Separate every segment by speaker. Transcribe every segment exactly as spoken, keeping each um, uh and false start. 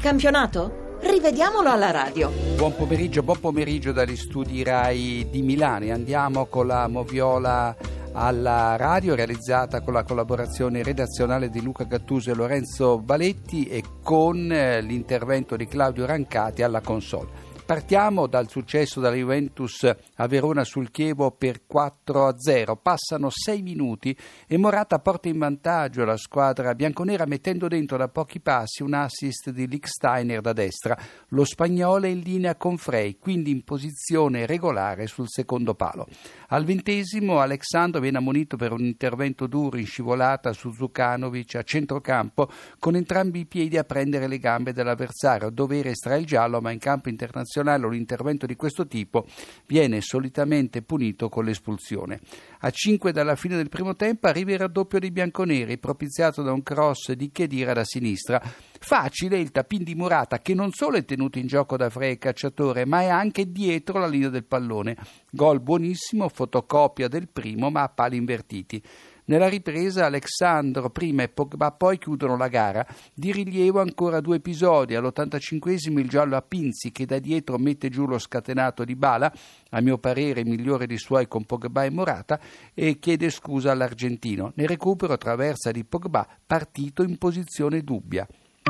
Speaker 1: campionato? Rivediamolo alla radio.
Speaker 2: Buon pomeriggio, buon pomeriggio dagli studi Rai di Milano. Andiamo con la Moviola alla radio, realizzata con la collaborazione redazionale di Luca Gattuso e Lorenzo Baletti e con l'intervento di Claudio Rancati alla console. Partiamo dal successo della Juventus a Verona sul Chievo per quattro a zero. Passano sei minuti e Morata porta in vantaggio la squadra bianconera mettendo dentro da pochi passi un assist di Lichtsteiner da destra. Lo spagnolo è in linea con Frey, quindi in posizione regolare sul secondo palo. Al ventesimo Alexandro viene ammonito per un intervento duro in scivolata su Zukanovic a centrocampo con entrambi i piedi a prendere le gambe dell'avversario. Dovere estrae il giallo, ma in campo internazionale un intervento di questo tipo viene solitamente punito con l'espulsione. A cinque dalla fine del primo tempo arriva il raddoppio dei bianconeri, propiziato da un cross di Khedira da sinistra. Facile il tapin di Morata, che non solo è tenuto in gioco da Frey cacciatore, ma è anche dietro la linea del pallone. Gol buonissimo, fotocopia del primo, ma a pali invertiti. Nella ripresa Alexandro prima e Pogba poi chiudono la gara. Di rilievo ancora due episodi. All'ottantacinquesimo il giallo a Pinzi che da dietro mette giù lo scatenato di Bala, a mio parere migliore di suoi con Pogba e Morata, e chiede scusa all'argentino. Nel recupero traversa di Pogba, partito in posizione dubbia.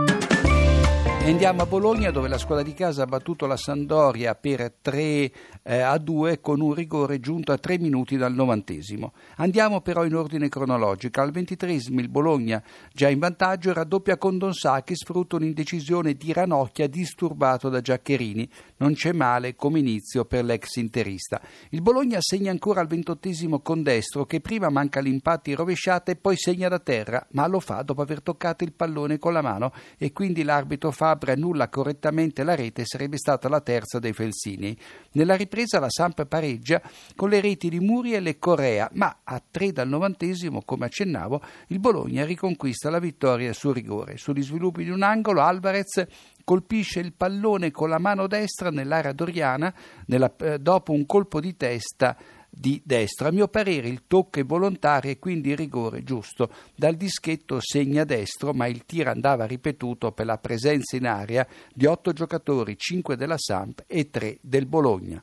Speaker 2: E andiamo a Bologna, dove la squadra di casa ha battuto la Sampdoria per tre a due con un rigore giunto a tre minuti dal novantesimo. Andiamo però in ordine cronologico. Al ventitreesimo il Bologna, già in vantaggio, raddoppia con Donsà che sfrutta un'indecisione di Ranocchia disturbato da Giaccherini. Non c'è male come inizio per l'ex interista. Il Bologna segna ancora al ventottesimo con Destro che prima manca l'impatto in rovesciata e poi segna da terra, ma lo fa dopo aver toccato il pallone con la mano e quindi l'arbitro fa annulla correttamente la rete, sarebbe stata la terza dei Felsinei. Nella ripresa la Samp pareggia con le reti di Muriel e Correa, ma a tre dal novantesimo, come accennavo, il Bologna riconquista la vittoria sul rigore. Sugli sviluppi di un angolo Alvarez colpisce il pallone con la mano destra nell'area doriana nella, eh, dopo un colpo di testa di destra. A mio parere il tocco è volontario e quindi il rigore giusto. Dal dischetto segna destro, ma il tiro andava ripetuto per la presenza in area di otto giocatori, cinque della Samp e tre del Bologna.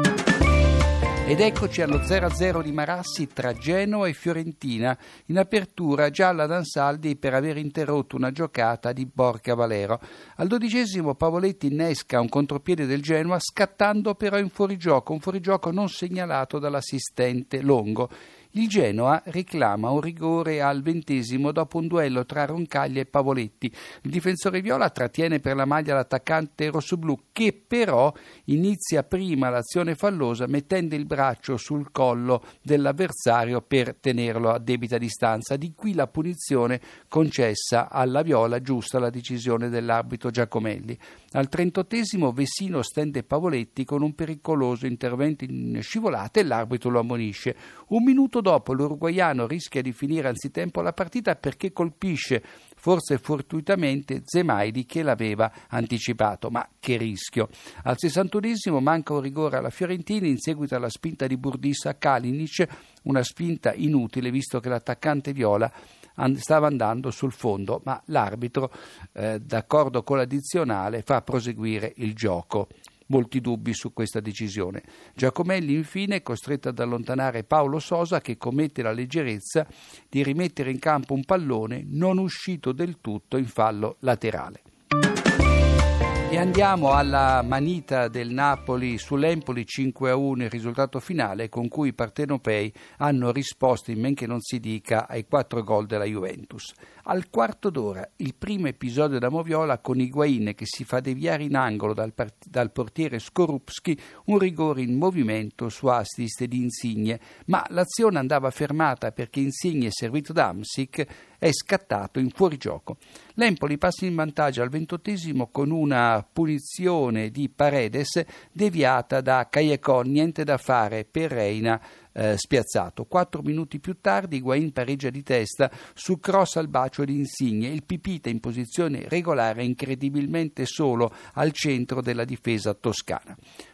Speaker 2: Ed eccoci allo zero a zero di Marassi tra Genoa e Fiorentina, in apertura gialla ad Ansaldi per aver interrotto una giocata di Borca Valero. Al dodicesimo Pavoletti innesca un contropiede del Genoa scattando però in fuorigioco, un fuorigioco non segnalato dall'assistente Longo. Il Genoa reclama un rigore al ventesimo dopo un duello tra Roncaglia e Pavoletti. Il difensore viola trattiene per la maglia l'attaccante rossoblù che però inizia prima l'azione fallosa mettendo il braccio sul collo dell'avversario per tenerlo a debita distanza. Di qui la punizione concessa alla viola, giusta la decisione dell'arbitro Giacomelli. Al trentottesimo Vessino stende Pavoletti con un pericoloso intervento in scivolata e l'arbitro lo ammonisce. Un minuto dopo l'uruguaiano rischia di finire anzitempo la partita perché colpisce, forse fortuitamente, Zemaidi che l'aveva anticipato, ma che rischio. Al sessantunesimo manca un rigore alla Fiorentina in seguito alla spinta di Burdissa a Kalinic, una spinta inutile visto che l'attaccante viola stava andando sul fondo, ma l'arbitro, eh, d'accordo con l'addizionale, fa proseguire il gioco. Molti dubbi su questa decisione. Giacomelli infine è costretto ad allontanare Paolo Sosa che commette la leggerezza di rimettere in campo un pallone non uscito del tutto in fallo laterale. E andiamo alla manita del Napoli sull'Empoli cinque a uno, il risultato finale con cui i partenopei hanno risposto in men che non si dica ai quattro gol della Juventus. Al quarto d'ora il primo episodio da Moviola con Higuain che si fa deviare in angolo dal, part- dal portiere Skorupski, un rigore in movimento su assist di Insigne, ma l'azione andava fermata perché Insigne, servito da Hamsik, è scattato in fuorigioco. L'Empoli passa in vantaggio al ventottesimo con una punizione di Paredes deviata da Callecon, niente da fare per Reina eh, spiazzato. Quattro minuti più tardi Higuain pareggia di testa su cross al bacio di Insigne, il Pipita in posizione regolare incredibilmente solo al centro della difesa toscana.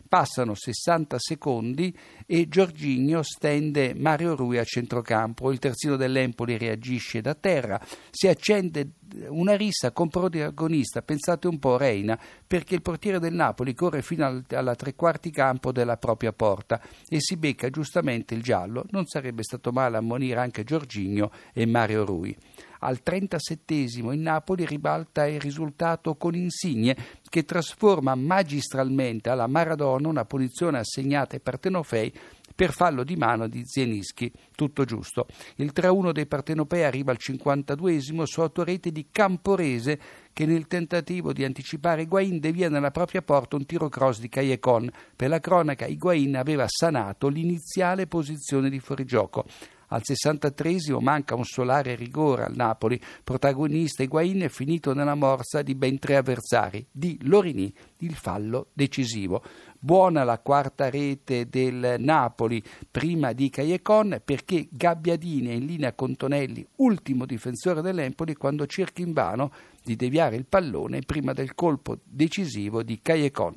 Speaker 2: Passano sessanta secondi e Jorginho stende Mario Rui a centrocampo. Il terzino dell'Empoli reagisce da terra, si accende una rissa con protagonista, pensate un po', Reina, perché il portiere del Napoli corre fino al, alla tre quarti campo della propria porta e si becca giustamente il giallo. Non sarebbe stato male ammonire anche Jorginho e Mario Rui. Al trentasettesimo il Napoli ribalta il risultato con Insigne, che trasforma magistralmente alla Maradona una punizione assegnata ai partenopei per fallo di mano di Zielinski. Tutto giusto. Il tre a uno dei partenopei arriva al cinquantaduesimo su autorete di Camporese, che nel tentativo di anticipare Higuain devia nella propria porta un tiro cross di Callejon. Per la cronaca, Higuain aveva sanato l'iniziale posizione di fuorigioco. Al sessantatreesimo manca un solare rigore al Napoli. Protagonista Higuain è finito nella morsa di ben tre avversari. Di Lorini il fallo decisivo. Buona la quarta rete del Napoli prima di Callejon, perché Gabbiadini è in linea con Tonelli, ultimo difensore dell'Empoli, quando cerca invano di deviare il pallone prima del colpo decisivo di Callejon.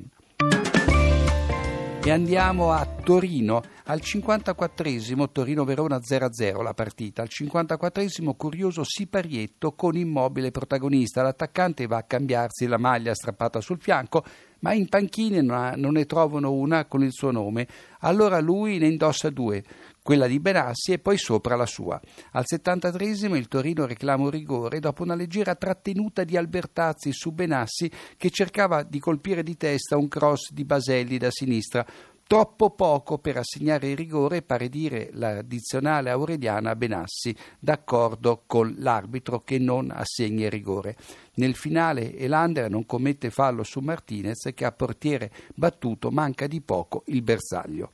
Speaker 2: E andiamo a Torino. Al cinquantaquattresimo Torino-Verona zero a zero la partita. Al cinquantaquattresimo curioso Siparietto con Immobile protagonista. L'attaccante va a cambiarsi la maglia strappata sul fianco, ma in panchina non ne trovano una con il suo nome. Allora lui ne indossa due, quella di Benassi e poi sopra la sua. Al settantatreesimo il Torino reclama un rigore dopo una leggera trattenuta di Albertazzi su Benassi, che cercava di colpire di testa un cross di Baselli da sinistra. Troppo poco per assegnare il rigore, pare dire l'addizionale aureliana Benassi, d'accordo con l'arbitro che non assegna il rigore. Nel finale Elander non commette fallo su Martinez, che a portiere battuto manca di poco il bersaglio.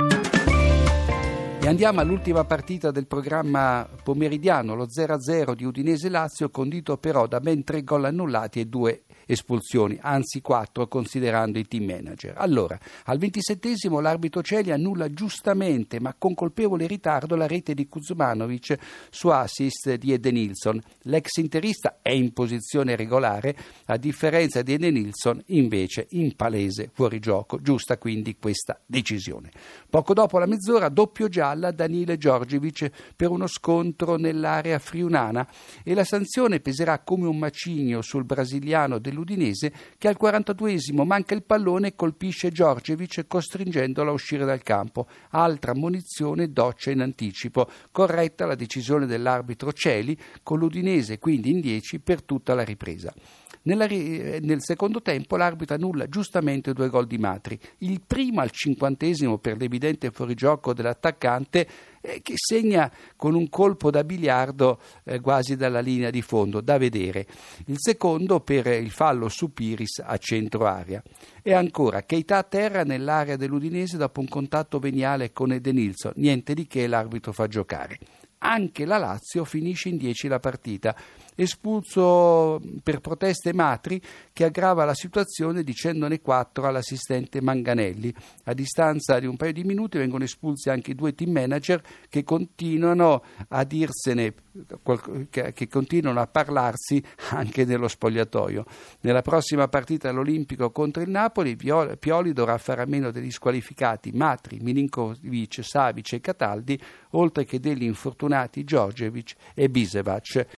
Speaker 2: E andiamo all'ultima partita del programma pomeridiano, lo zero a zero di Udinese-Lazio, condito però da ben tre gol annullati e due espulsioni, anzi quattro considerando i team manager. Allora, al ventisettesimo l'arbitro Celi annulla giustamente, ma con colpevole ritardo, la rete di Kuzmanovic su assist di Edenilson. L'ex interista è in posizione regolare, a differenza di Edenilson invece in palese fuorigioco. Giusta quindi questa decisione. Poco dopo la mezz'ora, doppio gialla a Danile Djordjevic per uno scontro nell'area friulana, e la sanzione peserà come un macigno sul brasiliano dell'Udinese, che al quarantaduesimo manca il pallone e colpisce Djordjevic costringendolo a uscire dal campo. Altra ammonizione, doccia in anticipo. Corretta la decisione dell'arbitro Celi, con l'Udinese quindi in dieci per tutta la ripresa. Nella, nel secondo tempo l'arbitro annulla giustamente due gol di Matri, il primo al cinquantesimo per l'evidente fuorigioco dell'attaccante, eh, che segna con un colpo da biliardo eh, quasi dalla linea di fondo, da vedere. Il secondo per il fallo su Piris a centro area. E ancora Keita a terra nell'area dell'Udinese dopo un contatto veniale con Edenilson, niente di che, l'arbitro fa giocare. Anche la Lazio finisce in dieci la partita. Espulso per proteste Matri, che aggrava la situazione dicendone quattro all'assistente Manganelli. A distanza di un paio di minuti vengono espulsi anche i due team manager, che continuano a dirsene, che continuano a parlarsi anche nello spogliatoio. Nella prossima partita all'Olimpico contro il Napoli, Pioli dovrà fare a meno degli squalificati Matri, Milinkovic, Savic e Cataldi, oltre che degli infortunati Djordjevic e Bisevac.